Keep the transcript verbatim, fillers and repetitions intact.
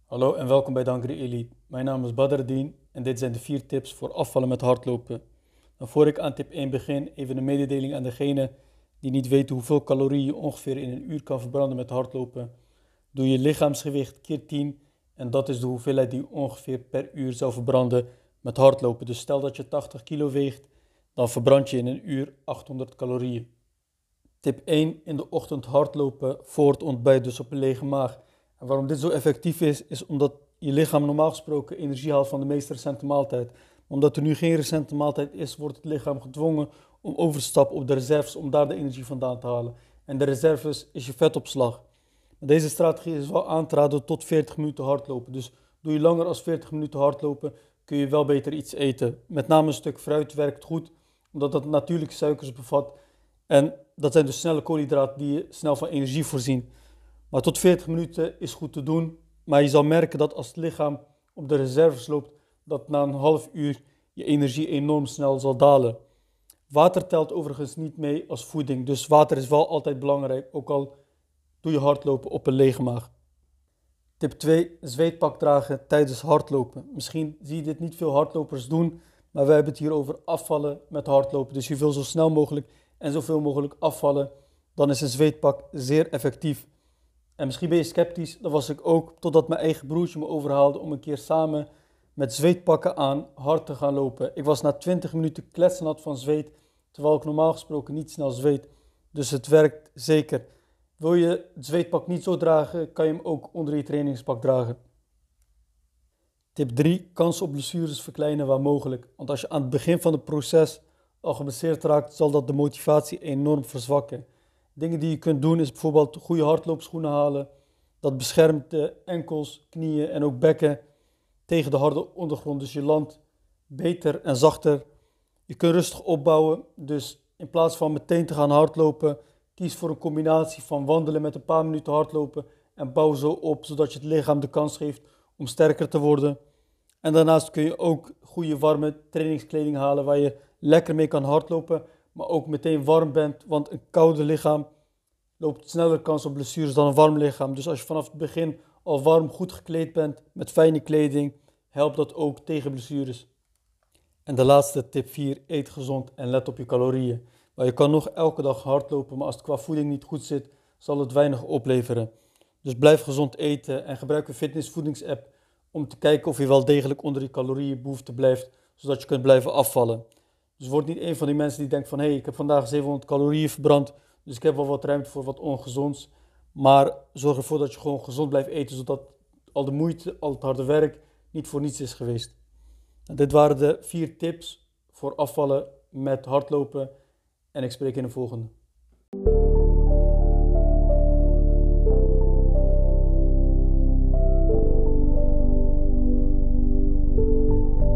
Hallo en welkom bij Dankri Elite. Mijn naam is Badreddin en dit zijn de vier tips voor afvallen met hardlopen. Nou, voor ik aan tip één begin, even een mededeling aan degene die niet weten hoeveel calorieën je ongeveer in een uur kan verbranden met hardlopen. Doe je lichaamsgewicht keer tien en dat is de hoeveelheid die je ongeveer per uur zou verbranden met hardlopen. Dus stel dat je tachtig kilo weegt, dan verbrand je in een uur achthonderd calorieën. Tip één, in de ochtend hardlopen voor het ontbijt, dus op een lege maag. En waarom dit zo effectief is, is omdat je lichaam normaal gesproken energie haalt van de meest recente maaltijd. Maar omdat er nu geen recente maaltijd is, wordt het lichaam gedwongen om over te stappen op de reserves om daar de energie vandaan te halen. En de reserves is je vetopslag. Maar deze strategie is wel aan te raden tot veertig minuten hardlopen. Dus doe je langer dan veertig minuten hardlopen, kun je wel beter iets eten. Met name een stuk fruit werkt goed, omdat dat natuurlijk suikers bevat. En dat zijn dus snelle koolhydraten die je snel van energie voorzien. Maar tot veertig minuten is goed te doen. Maar je zal merken dat als het lichaam op de reserves loopt, dat na een half uur je energie enorm snel zal dalen. Water telt overigens niet mee als voeding. Dus water is wel altijd belangrijk, ook al doe je hardlopen op een lege maag. Tip twee, zweetpak dragen tijdens hardlopen. Misschien zie je dit niet veel hardlopers doen, maar wij hebben het hier over afvallen met hardlopen. Dus je wil zo snel mogelijk en zoveel mogelijk afvallen, dan is een zweetpak zeer effectief. En misschien ben je sceptisch, dat was ik ook, totdat mijn eigen broertje me overhaalde om een keer samen met zweetpakken aan hard te gaan lopen. Ik was na twintig minuten kletsnat van zweet, terwijl ik normaal gesproken niet snel zweet. Dus het werkt zeker. Wil je het zweetpak niet zo dragen, kan je hem ook onder je trainingspak dragen. Tip drie, kans op blessures verkleinen waar mogelijk. Want als je aan het begin van het proces al geblesseerd raakt, zal dat de motivatie enorm verzwakken. Dingen die je kunt doen is bijvoorbeeld goede hardloopschoenen halen. Dat beschermt de enkels, knieën en ook bekken tegen de harde ondergrond. Dus je landt beter en zachter. Je kunt rustig opbouwen. Dus in plaats van meteen te gaan hardlopen, kies voor een combinatie van wandelen met een paar minuten hardlopen en bouw zo op, zodat je het lichaam de kans geeft om sterker te worden. En daarnaast kun je ook goede warme trainingskleding halen waar je lekker mee kan hardlopen, maar ook meteen warm bent, want een koude lichaam loopt sneller kans op blessures dan een warm lichaam. Dus als je vanaf het begin al warm goed gekleed bent met fijne kleding, helpt dat ook tegen blessures. En de laatste tip vier, eet gezond en let op je calorieën. Maar je kan nog elke dag hardlopen, maar als het qua voeding niet goed zit, zal het weinig opleveren. Dus blijf gezond eten en gebruik een fitnessvoedingsapp om te kijken of je wel degelijk onder die calorieënbehoefte blijft, zodat je kunt blijven afvallen. Dus word niet een van die mensen die denkt van, hé, hey, ik heb vandaag zevenhonderd calorieën verbrand, dus ik heb wel wat ruimte voor wat ongezonds. Maar zorg ervoor dat je gewoon gezond blijft eten, zodat al de moeite, al het harde werk niet voor niets is geweest. En dit waren de vier tips voor afvallen met hardlopen en ik spreek in de volgende.